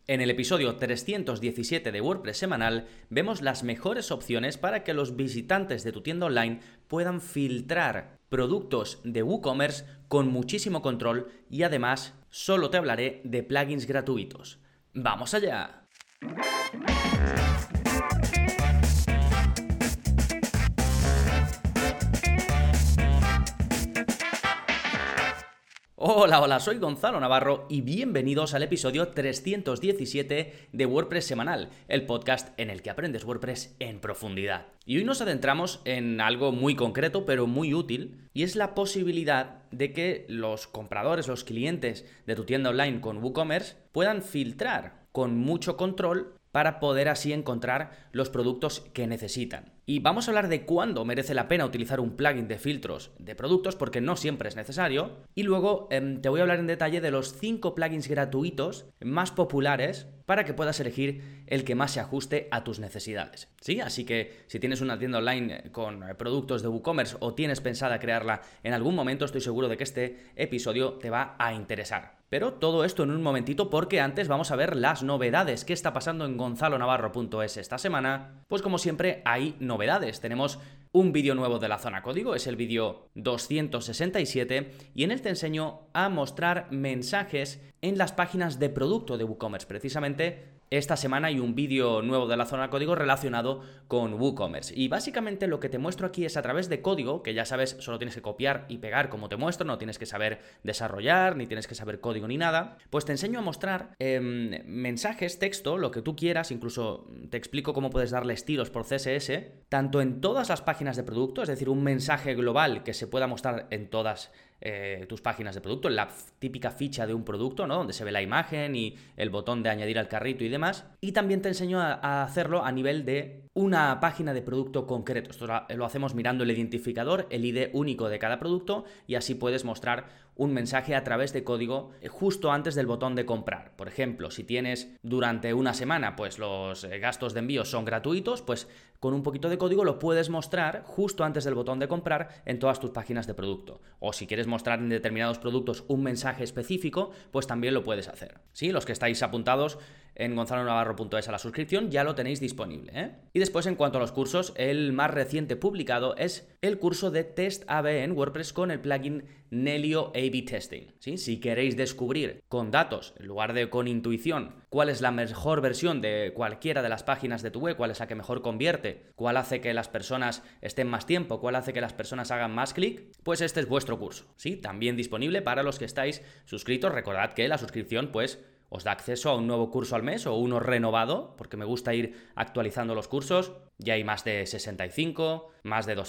En el episodio 317 de WordPress semanal vemos las mejores opciones para que los visitantes de tu tienda online puedan filtrar productos de WooCommerce con muchísimo control y además solo te hablaré de plugins gratuitos. ¡Vamos allá! Hola, soy Gonzalo Navarro y bienvenidos al episodio 317 de WordPress semanal, el podcast en el que aprendes WordPress en profundidad. Y hoy nos adentramos en algo muy concreto pero muy útil, y es la posibilidad de que los compradores, los clientes de tu tienda online con WooCommerce puedan filtrar con mucho control para poder así encontrar los productos que necesitan. Y vamos a hablar de cuándo merece la pena utilizar un plugin de filtros de productos, porque no siempre es necesario. Y luego te voy a hablar en detalle de los 5 plugins gratuitos más populares para que puedas elegir el que más se ajuste a tus necesidades. ¿Sí? Así que si tienes una tienda online con productos de WooCommerce o tienes pensada crearla en algún momento, estoy seguro de que este episodio te va a interesar. Pero todo esto en un momentito, porque antes vamos a ver las novedades. ¿Qué está pasando en gonzalonavarro.es esta semana? Pues como siempre hay novedades. Tenemos un vídeo nuevo de la zona código, es el vídeo 267, y en él te enseño a mostrar mensajes en las páginas de producto de WooCommerce. Precisamente esta semana hay un vídeo nuevo de la zona código relacionado con WooCommerce. Y básicamente lo que te muestro aquí es a través de código, que ya sabes, solo tienes que copiar y pegar como te muestro, no tienes que saber desarrollar, ni tienes que saber código ni nada. Pues te enseño a mostrar mensajes, texto, lo que tú quieras, incluso te explico cómo puedes darle estilos por CSS, tanto en todas las páginas de producto, es decir, un mensaje global que se pueda mostrar en todas tus páginas de producto, en la típica ficha de un producto, ¿no? Donde se ve la imagen y el botón de añadir al carrito y demás. Y también te enseño a hacerlo a nivel de una página de producto concreto. Esto lo hacemos mirando el identificador, el ID único de cada producto, y así puedes mostrar un mensaje a través de código justo antes del botón de comprar. Por ejemplo, si tienes durante una semana pues los gastos de envío son gratuitos, pues con un poquito de código lo puedes mostrar justo antes del botón de comprar en todas tus páginas de producto. O si quieres mostrar en determinados productos un mensaje específico, pues también lo puedes hacer. ¿Sí? Los que estáis apuntados en gonzalonavarro.es a la suscripción ya lo tenéis disponible, ¿eh? Y después, en cuanto a los cursos, el más reciente publicado es el curso de Test AB en WordPress con el plugin Nelio A/B Testing. ¿Sí? Si queréis descubrir con datos, en lugar de con intuición, cuál es la mejor versión de cualquiera de las páginas de tu web, cuál es la que mejor convierte, cuál hace que las personas estén más tiempo, cuál hace que las personas hagan más clic, pues este es vuestro curso. ¿Sí? También disponible para los que estáis suscritos. Recordad que la suscripción, pues, os da acceso a un nuevo curso al mes o uno renovado, porque me gusta ir actualizando los cursos. Ya hay más de 65, más de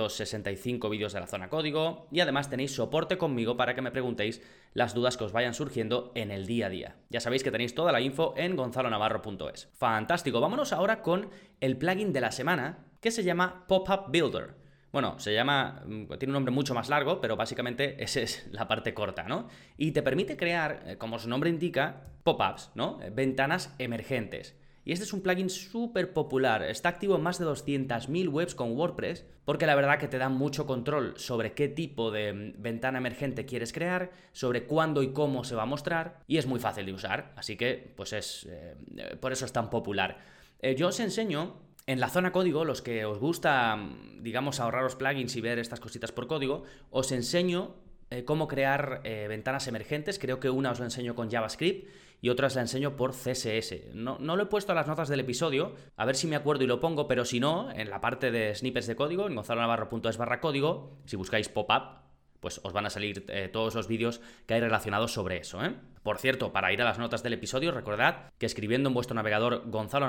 265 vídeos de la zona código, y además tenéis soporte conmigo para que me preguntéis las dudas que os vayan surgiendo en el día a día. Ya sabéis que tenéis toda la info en gonzalonavarro.es. Fantástico, vámonos ahora con el plugin de la semana, que se llama Pop-Up Builder. Bueno, tiene un nombre mucho más largo, pero básicamente esa es la parte corta, ¿no? Y te permite crear, como su nombre indica, pop-ups, ¿no? Ventanas emergentes. Y este es un plugin súper popular, está activo en más de 200.000 webs con WordPress, porque la verdad que te da mucho control sobre qué tipo de ventana emergente quieres crear, sobre cuándo y cómo se va a mostrar, y es muy fácil de usar, así que pues por eso es tan popular. Yo os enseño en la zona código, los que os gusta, digamos, ahorraros plugins y ver estas cositas por código, os enseño cómo crear ventanas emergentes. Creo que una os la enseño con JavaScript y otra os la enseño por CSS. No lo he puesto a las notas del episodio, a ver si me acuerdo y lo pongo, pero si no, en la parte de snippets de código, en gonzalonavarro.es/código, si buscáis pop-up, pues os van a salir todos los vídeos que hay relacionados sobre eso, ¿eh? Por cierto, para ir a las notas del episodio, recordad que escribiendo en vuestro navegador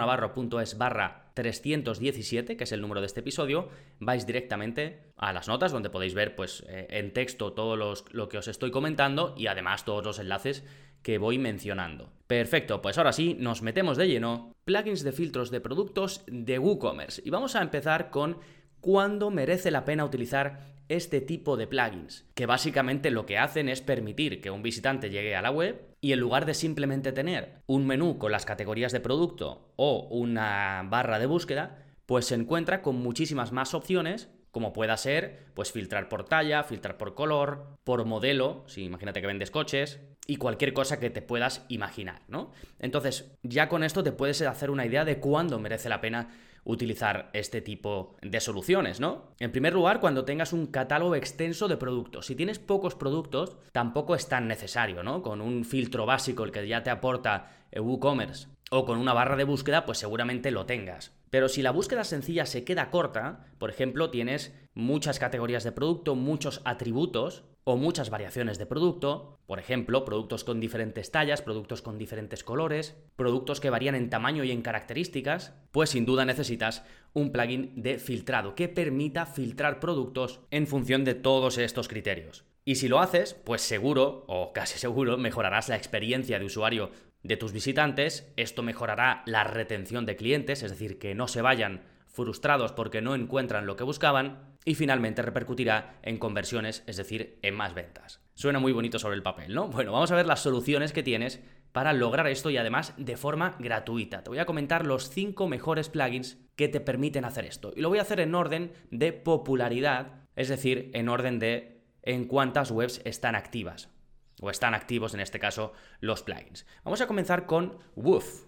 gonzalonavarro.es/317, que es el número de este episodio, vais directamente a las notas, donde podéis ver pues en texto todo lo que os estoy comentando y además todos los enlaces que voy mencionando. Perfecto, pues ahora sí, nos metemos de lleno. Plugins de filtros de productos de WooCommerce. Y vamos a empezar con cuándo merece la pena utilizar este tipo de plugins, que básicamente lo que hacen es permitir que un visitante llegue a la web y en lugar de simplemente tener un menú con las categorías de producto o una barra de búsqueda, pues se encuentra con muchísimas más opciones, como pueda ser pues filtrar por talla, filtrar por color, por modelo, si imagínate que vendes coches, y cualquier cosa que te puedas imaginar, ¿no? Entonces, ya con esto te puedes hacer una idea de cuándo merece la pena utilizar este tipo de soluciones, ¿no? En primer lugar, cuando tengas un catálogo extenso de productos. Si tienes pocos productos, tampoco es tan necesario, ¿no? Con un filtro básico, el que ya te aporta WooCommerce, o con una barra de búsqueda, pues seguramente lo tengas. Pero si la búsqueda sencilla se queda corta, por ejemplo, tienes muchas categorías de producto, muchos atributos o muchas variaciones de producto, por ejemplo, productos con diferentes tallas, productos con diferentes colores, productos que varían en tamaño y en características, pues sin duda necesitas un plugin de filtrado que permita filtrar productos en función de todos estos criterios. Y si lo haces, pues seguro, o casi seguro, mejorarás la experiencia de usuario de tus visitantes. Esto mejorará la retención de clientes, es decir, que no se vayan frustrados porque no encuentran lo que buscaban, y finalmente repercutirá en conversiones, es decir, en más ventas. Suena muy bonito sobre el papel, ¿no? Bueno, vamos a ver las soluciones que tienes para lograr esto y además de forma gratuita. Te voy a comentar los 5 mejores plugins que te permiten hacer esto. Y lo voy a hacer en orden de popularidad, es decir, en orden de en cuántas webs están activas. O están activos, en este caso, los plugins. Vamos a comenzar con Woof,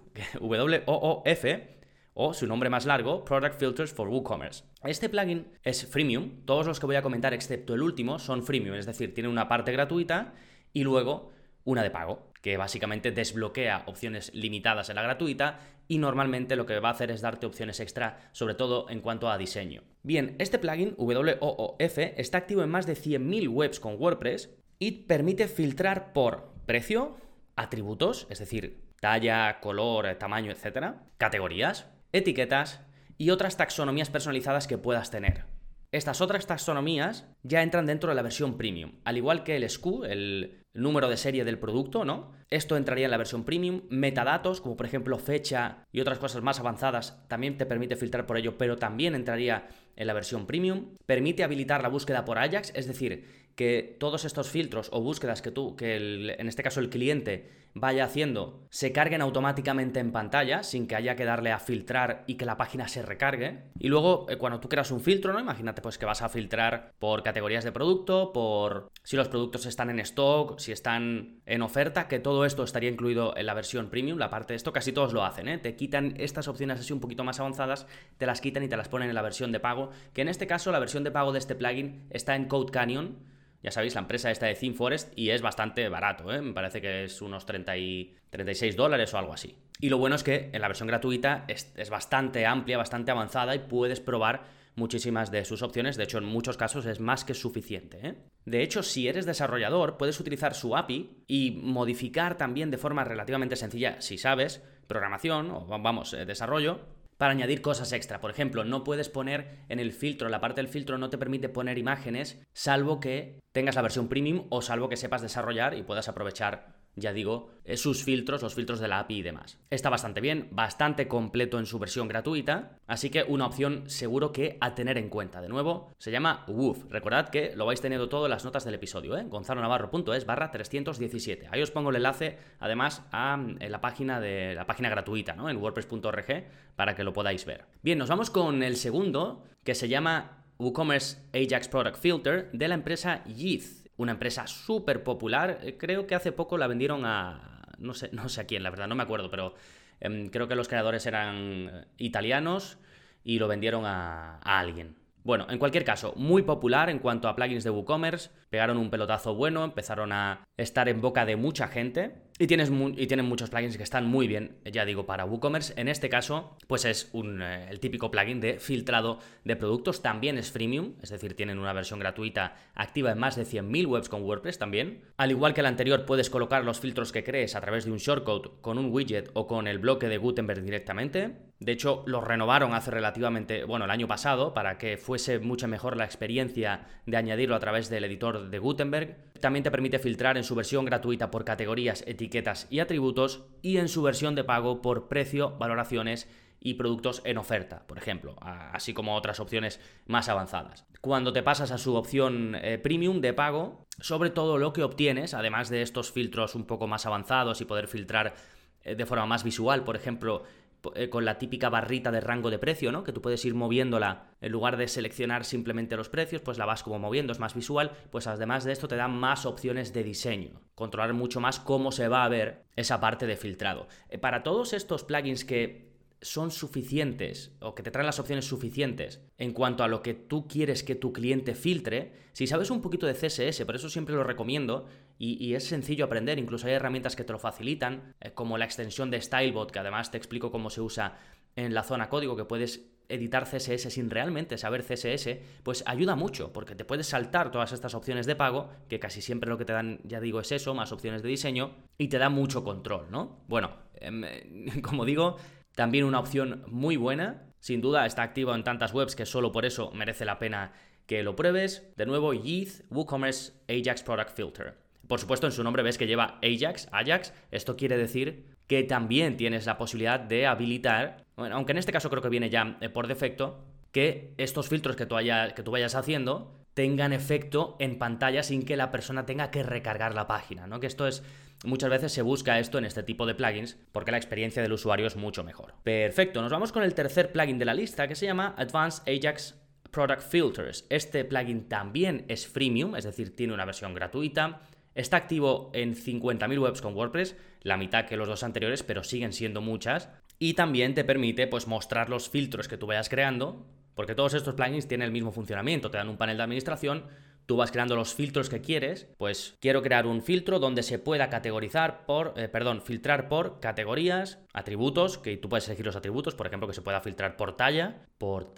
W-O-O-F, o su nombre más largo, Product Filters for WooCommerce. Este plugin es freemium. Todos los que voy a comentar, excepto el último, son freemium, es decir, tiene una parte gratuita y luego una de pago, que básicamente desbloquea opciones limitadas en la gratuita y normalmente lo que va a hacer es darte opciones extra, sobre todo en cuanto a diseño. Bien, este plugin, W-O-O-F, está activo en más de 100.000 webs con WordPress y permite filtrar por precio, atributos, es decir, talla, color, tamaño, etc., categorías, etiquetas y otras taxonomías personalizadas que puedas tener. Estas otras taxonomías ya entran dentro de la versión premium, al igual que el SKU, el número de serie del producto, ¿no? Esto entraría en la versión premium. Metadatos, como por ejemplo fecha y otras cosas más avanzadas, también te permite filtrar por ello, pero también entraría en la versión premium. Permite habilitar la búsqueda por Ajax, es decir, que todos estos filtros o búsquedas en este caso el cliente vaya haciendo, se carguen automáticamente en pantalla sin que haya que darle a filtrar y que la página se recargue. Y luego, cuando tú creas un filtro, ¿no? Imagínate pues que vas a filtrar por categorías de producto, por si los productos están en stock, si están en oferta, que todo esto estaría incluido en la versión premium. La parte de esto casi todos lo hacen, ¿eh? Te quitan estas opciones así un poquito más avanzadas, te las quitan y te las ponen en la versión de pago, que en este caso la versión de pago de este plugin está en CodeCanyon. Ya sabéis, la empresa esta de ThemeForest, y es bastante barato, ¿eh? Me parece que es unos $36 o algo así. Y lo bueno es que en la versión gratuita es bastante amplia, bastante avanzada y puedes probar muchísimas de sus opciones. De hecho, en muchos casos es más que suficiente, ¿eh? De hecho, si eres desarrollador, puedes utilizar su API y modificar también de forma relativamente sencilla, si sabes, programación o desarrollo, para añadir cosas extra. Por ejemplo, no puedes poner en el filtro, la parte del filtro no te permite poner imágenes, salvo que tengas la versión premium o salvo que sepas desarrollar y puedas aprovechar, ya digo, sus filtros, los filtros de la API y demás. Está bastante bien, bastante completo en su versión gratuita, así que una opción seguro que a tener en cuenta. De nuevo, se llama Woof. Recordad que lo vais teniendo todo en las notas del episodio, gonzalonavarro.es/317. Ahí os pongo el enlace, además, a la página gratuita, ¿no? En wordpress.org, para que lo podáis ver. Bien, nos vamos con el segundo, que se llama WooCommerce Ajax Product Filter, de la empresa Yeath. Una empresa súper popular. Creo que hace poco la vendieron a... No sé a quién, la verdad, no me acuerdo, pero creo que los creadores eran italianos y lo vendieron a alguien. Bueno, en cualquier caso, muy popular en cuanto a plugins de WooCommerce. Pegaron un pelotazo bueno, empezaron a estar en boca de mucha gente y tienen muchos plugins que están muy bien, ya digo, para WooCommerce. En este caso, pues es el típico plugin de filtrado de productos. También es freemium, es decir, tienen una versión gratuita activa en más de 100.000 webs con WordPress también. Al igual que el anterior, puedes colocar los filtros que crees a través de un shortcode con un widget o con el bloque de Gutenberg directamente. De hecho, los renovaron hace relativamente, el año pasado, para que fuese mucho mejor la experiencia de añadirlo a través del editor de Gutenberg. También te permite filtrar en su versión gratuita por categorías, etiquetas y atributos, y en su versión de pago por precio, valoraciones y productos en oferta, por ejemplo, así como otras opciones más avanzadas. Cuando te pasas a su opción premium de pago, sobre todo lo que obtienes, además de estos filtros un poco más avanzados y poder filtrar de forma más visual, por ejemplo, con la típica barrita de rango de precio, ¿no? Que tú puedes ir moviéndola en lugar de seleccionar simplemente los precios, pues la vas como moviendo, es más visual. Pues además de esto te dan más opciones de diseño, controlar mucho más cómo se va a ver esa parte de filtrado. Para todos estos plugins que son suficientes o que te traen las opciones suficientes en cuanto a lo que tú quieres que tu cliente filtre, si sabes un poquito de CSS, por eso siempre lo recomiendo y es sencillo aprender, incluso hay herramientas que te lo facilitan, como la extensión de Stylebot, que además te explico cómo se usa en la zona código, que puedes editar CSS sin realmente saber CSS, pues ayuda mucho, porque te puedes saltar todas estas opciones de pago, que casi siempre lo que te dan, ya digo, es eso, más opciones de diseño, y te da mucho control, ¿no? Bueno, como digo, también una opción muy buena, sin duda está activa en tantas webs que solo por eso merece la pena que lo pruebes. De nuevo, Yeeth WooCommerce Ajax Product Filter. Por supuesto, en su nombre ves que lleva Ajax. Esto quiere decir que también tienes la posibilidad de habilitar, bueno, aunque en este caso creo que viene ya por defecto, que estos filtros que tú vayas haciendo tengan efecto en pantalla sin que la persona tenga que recargar la página, ¿no? Que esto es... Muchas veces se busca esto en este tipo de plugins porque la experiencia del usuario es mucho mejor. Perfecto, nos vamos con el tercer plugin de la lista que se llama Advanced Ajax Product Filters. Este plugin también es freemium, es decir, tiene una versión gratuita. Está activo en 50.000 webs con WordPress, la mitad que los dos anteriores, pero siguen siendo muchas. Y también te permite pues, mostrar los filtros que tú vayas creando, porque todos estos plugins tienen el mismo funcionamiento, te dan un panel de administración. Tú vas creando los filtros que quieres, pues quiero crear un filtro donde se pueda filtrar por categorías, atributos, que tú puedes elegir los atributos, por ejemplo, que se pueda filtrar por talla, por,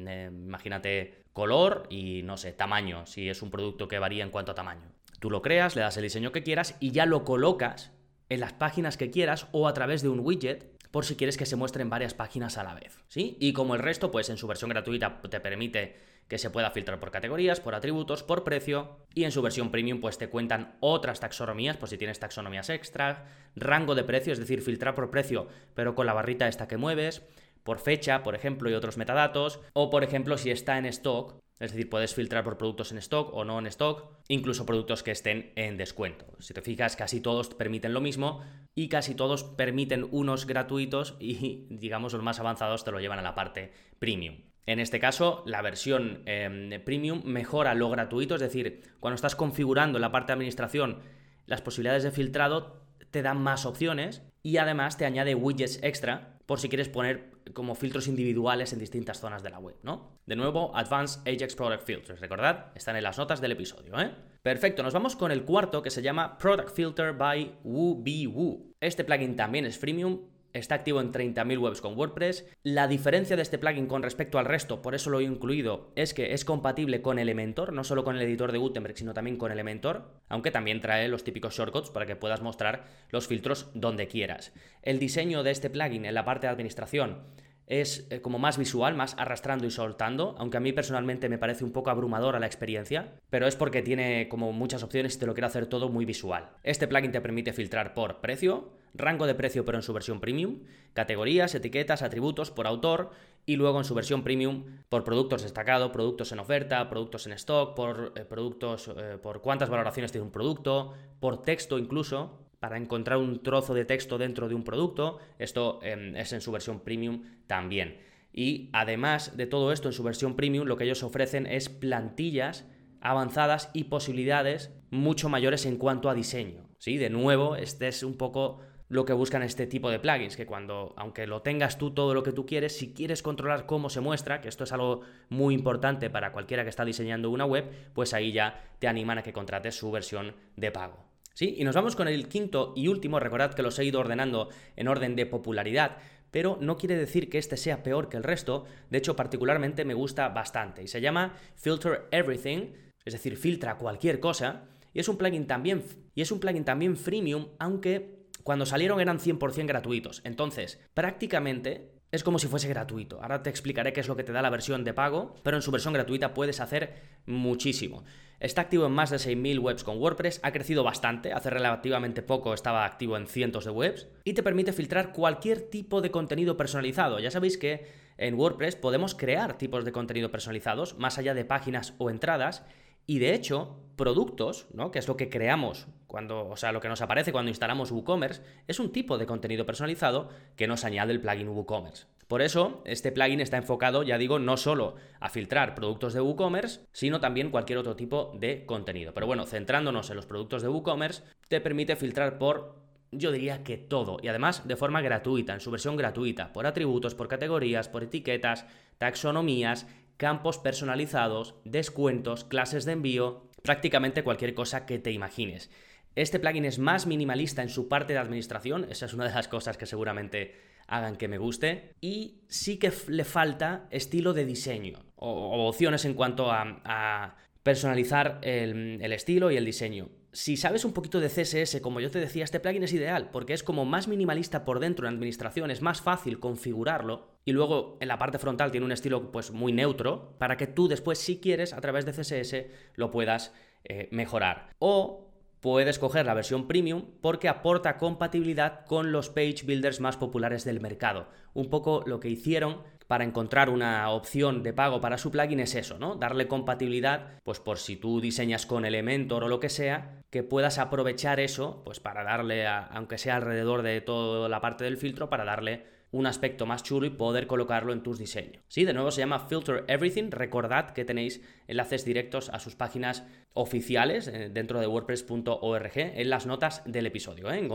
imagínate, color y, no sé, tamaño, si es un producto que varía en cuanto a tamaño. Tú lo creas, le das el diseño que quieras y ya lo colocas en las páginas que quieras o a través de un widget, por si quieres que se muestren varias páginas a la vez, ¿sí? Y como el resto, pues en su versión gratuita te permite que se pueda filtrar por categorías, por atributos, por precio, y en su versión premium pues te cuentan otras taxonomías, por si tienes taxonomías extra, rango de precio, es decir, filtrar por precio, pero con la barrita esta que mueves, por fecha, por ejemplo, y otros metadatos, o por ejemplo, si está en stock, es decir, puedes filtrar por productos en stock o no en stock, incluso productos que estén en descuento. Si te fijas, casi todos permiten lo mismo y casi todos permiten unos gratuitos y, digamos, los más avanzados te lo llevan a la parte premium. En este caso, la versión premium mejora lo gratuito, es decir, cuando estás configurando la parte de administración, las posibilidades de filtrado te dan más opciones y además te añade widgets extra por si quieres poner como filtros individuales en distintas zonas de la web, ¿no? De nuevo, Advanced Ajax Product Filters, recordad, están en las notas del episodio, ¿eh? Perfecto, nos vamos con el cuarto que se llama Product Filter by WooBeWoo. Este plugin también es freemium. Está activo en 30.000 webs con WordPress. La diferencia de este plugin con respecto al resto, por eso lo he incluido, es que es compatible con Elementor, no solo con el editor de Gutenberg, sino también con Elementor, aunque también trae los típicos shortcuts para que puedas mostrar los filtros donde quieras. El diseño de este plugin en la parte de administración es como más visual, más arrastrando y soltando, aunque a mí personalmente me parece un poco abrumadora la experiencia, pero es porque tiene como muchas opciones y te lo quiero hacer todo muy visual. Este plugin te permite filtrar por precio, rango de precio pero en su versión premium, categorías, etiquetas, atributos, por autor y luego en su versión premium por productos destacados, productos en oferta, productos en stock, por productos, por cuántas valoraciones tiene un producto, por texto incluso, para encontrar un trozo de texto dentro de un producto. Esto es en su versión premium también. Y además de todo esto, en su versión premium lo que ellos ofrecen es plantillas avanzadas y posibilidades mucho mayores en cuanto a diseño. ¿Sí? De nuevo, este es un poco lo que buscan este tipo de plugins, que aunque lo tengas tú todo lo que tú quieres, si quieres controlar cómo se muestra, que esto es algo muy importante para cualquiera que está diseñando una web, pues ahí ya te animan a que contrates su versión de pago. ¿Sí? Y nos vamos con el quinto y último. Recordad que los he ido ordenando en orden de popularidad, pero no quiere decir que este sea peor que el resto. De hecho, particularmente me gusta bastante y se llama Filter Everything, es decir, filtra cualquier cosa, y es un plugin también freemium, aunque cuando salieron eran 100% gratuitos. Entonces, prácticamente es como si fuese gratuito. Ahora te explicaré qué es lo que te da la versión de pago, pero en su versión gratuita puedes hacer muchísimo. Está activo en más de 6.000 webs con WordPress, ha crecido bastante, hace relativamente poco estaba activo en cientos de webs, y te permite filtrar cualquier tipo de contenido personalizado. Ya sabéis que en WordPress podemos crear tipos de contenido personalizados, más allá de páginas o entradas, Y de hecho, productos, ¿no? Que es lo que creamos lo que nos aparece cuando instalamos WooCommerce, es un tipo de contenido personalizado que nos añade el plugin WooCommerce. Por eso, este plugin está enfocado, ya digo, no solo a filtrar productos de WooCommerce, sino también cualquier otro tipo de contenido. Pero bueno, centrándonos en los productos de WooCommerce, te permite filtrar por, yo diría que todo, y además de forma gratuita, en su versión gratuita, por atributos, por categorías, por etiquetas, taxonomías, campos personalizados, descuentos, clases de envío, prácticamente cualquier cosa que te imagines. Este plugin es más minimalista en su parte de administración, esa es una de las cosas que seguramente hagan que me guste, y sí que le falta estilo de diseño o opciones en cuanto a personalizar el estilo y el diseño. Si sabes un poquito de CSS, como yo te decía, este plugin es ideal porque es como más minimalista por dentro en administración, es más fácil configurarlo y luego en la parte frontal tiene un estilo pues muy neutro para que tú después, si quieres, a través de CSS lo puedas mejorar. O puedes coger la versión premium porque aporta compatibilidad con los page builders más populares del mercado. Un poco lo que hicieron para encontrar una opción de pago para su plugin es eso, ¿no? Darle compatibilidad, pues por si tú diseñas con Elementor o lo que sea, que puedas aprovechar eso, pues para darle, aunque sea alrededor de toda la parte del filtro, para darle un aspecto más chulo y poder colocarlo en tus diseños. Sí, de nuevo se llama Filter Everything. Recordad que tenéis enlaces directos a sus páginas oficiales dentro de wordpress.org en las notas del episodio, en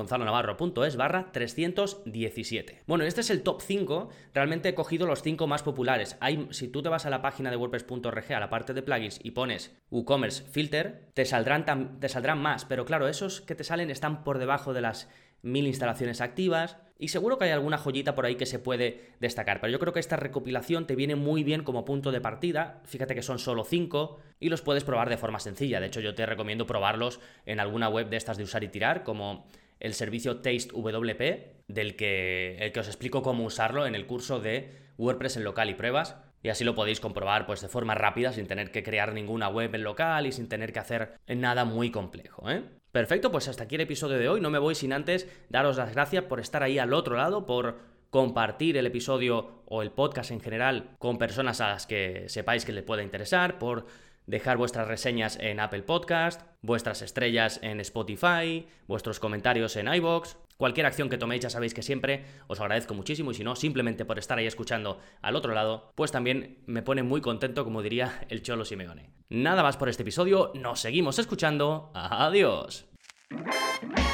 gonzalonavarro.es/317. Bueno, este es el top 5. Realmente he cogido los 5 más populares. Si tú te vas a la página de wordpress.org, a la parte de plugins, y pones WooCommerce Filter, te saldrán más, pero claro, esos que te salen están por debajo de las 1000 instalaciones activas y seguro que hay alguna joyita por ahí que se puede destacar, pero yo creo que esta recopilación te viene muy bien como punto de partida. Fíjate que son solo 5 y los puedes probar de forma sencilla. De hecho, yo te recomiendo probarlos en alguna web de estas de usar y tirar, como el servicio TasteWP, el que os explico cómo usarlo en el curso de WordPress en local y pruebas. Y así lo podéis comprobar pues de forma rápida, sin tener que crear ninguna web en local y sin tener que hacer nada muy complejo, ¿eh? Perfecto, pues hasta aquí el episodio de hoy. No me voy sin antes daros las gracias por estar ahí al otro lado, por compartir el episodio o el podcast en general con personas a las que sepáis que les pueda interesar, por dejar vuestras reseñas en Apple Podcast, vuestras estrellas en Spotify, vuestros comentarios en iVoox. Cualquier acción que toméis ya sabéis que siempre os agradezco muchísimo, y si no, simplemente por estar ahí escuchando al otro lado, pues también me pone muy contento, como diría el Cholo Simeone. Nada más por este episodio, nos seguimos escuchando. ¡Adiós!